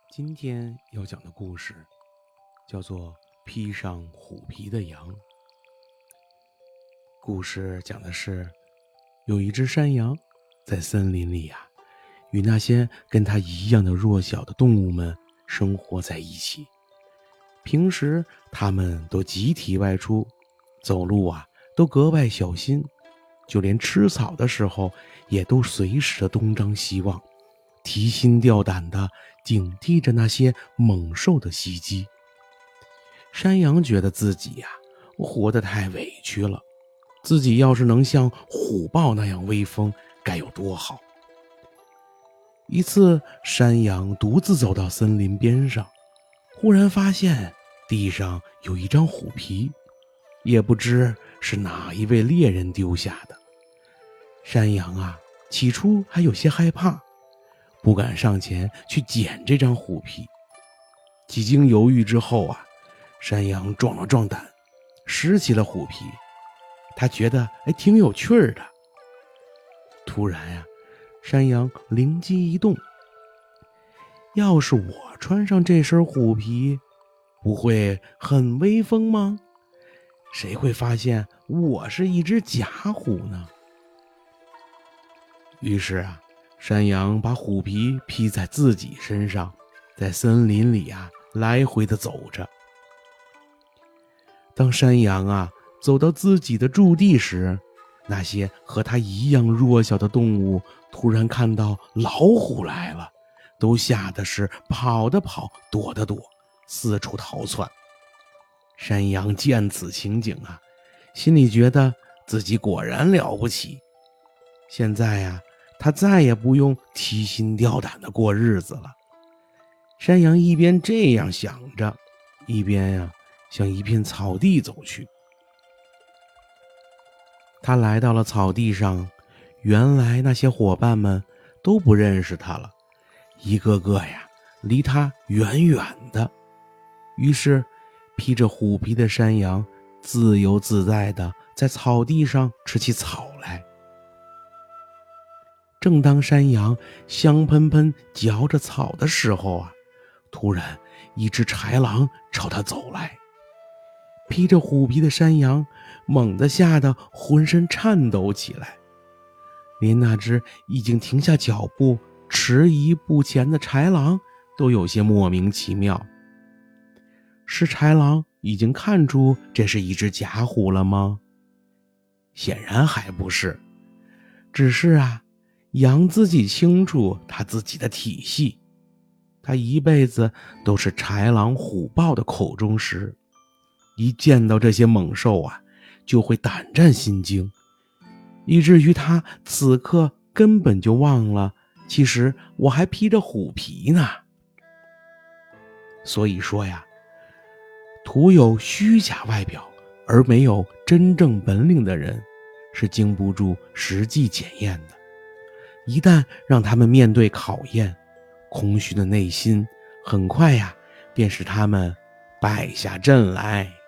今天要讲的故事叫做披上虎皮的羊。故事讲的是，有一只山羊在森林里与那些跟它一样的弱小的动物们生活在一起。平时它们都集体外出，走路都格外小心，就连吃草的时候也都随时的东张西望，提心吊胆地警惕着那些猛兽的袭击。山羊觉得自己活得太委屈了，自己要是能像虎豹那样威风该有多好。一次，山羊独自走到森林边上，忽然发现地上有一张虎皮，也不知是哪一位猎人丢下的。山羊起初还有些害怕，不敢上前去捡这张虎皮。几经犹豫之后山羊壮了壮胆，拾起了虎皮。他觉得挺有趣的。突然山羊灵机一动，要是我穿上这身虎皮，不会很威风吗？谁会发现我是一只假虎呢？于是山羊把虎皮披在自己身上，在森林里来回的走着。当山羊走到自己的驻地时，那些和它一样弱小的动物突然看到老虎来了，都吓得是跑的跑，躲的躲，四处逃窜。山羊见此情景心里觉得自己果然了不起。现在他再也不用提心吊胆的过日子了。山羊一边这样想着，一边向一片草地走去。他来到了草地上，原来那些伙伴们都不认识他了，一个个离他远远的。于是披着虎皮的山羊自由自在地在草地上吃起草来。正当山羊香喷喷嚼着草的时候突然一只豺狼朝他走来。披着虎皮的山羊猛地吓得浑身颤抖起来，连那只已经停下脚步迟疑不前的豺狼都有些莫名其妙。是豺狼已经看出这是一只假虎了吗？显然还不是，只是羊自己清楚他自己的体系，他一辈子都是豺狼虎豹的口中食，一见到这些猛兽就会胆战心惊，以至于他此刻根本就忘了，其实我还披着虎皮呢。所以说徒有虚假外表而没有真正本领的人，是经不住实际检验的。一旦让他们面对考验，空虚的内心很快便使他们败下阵来。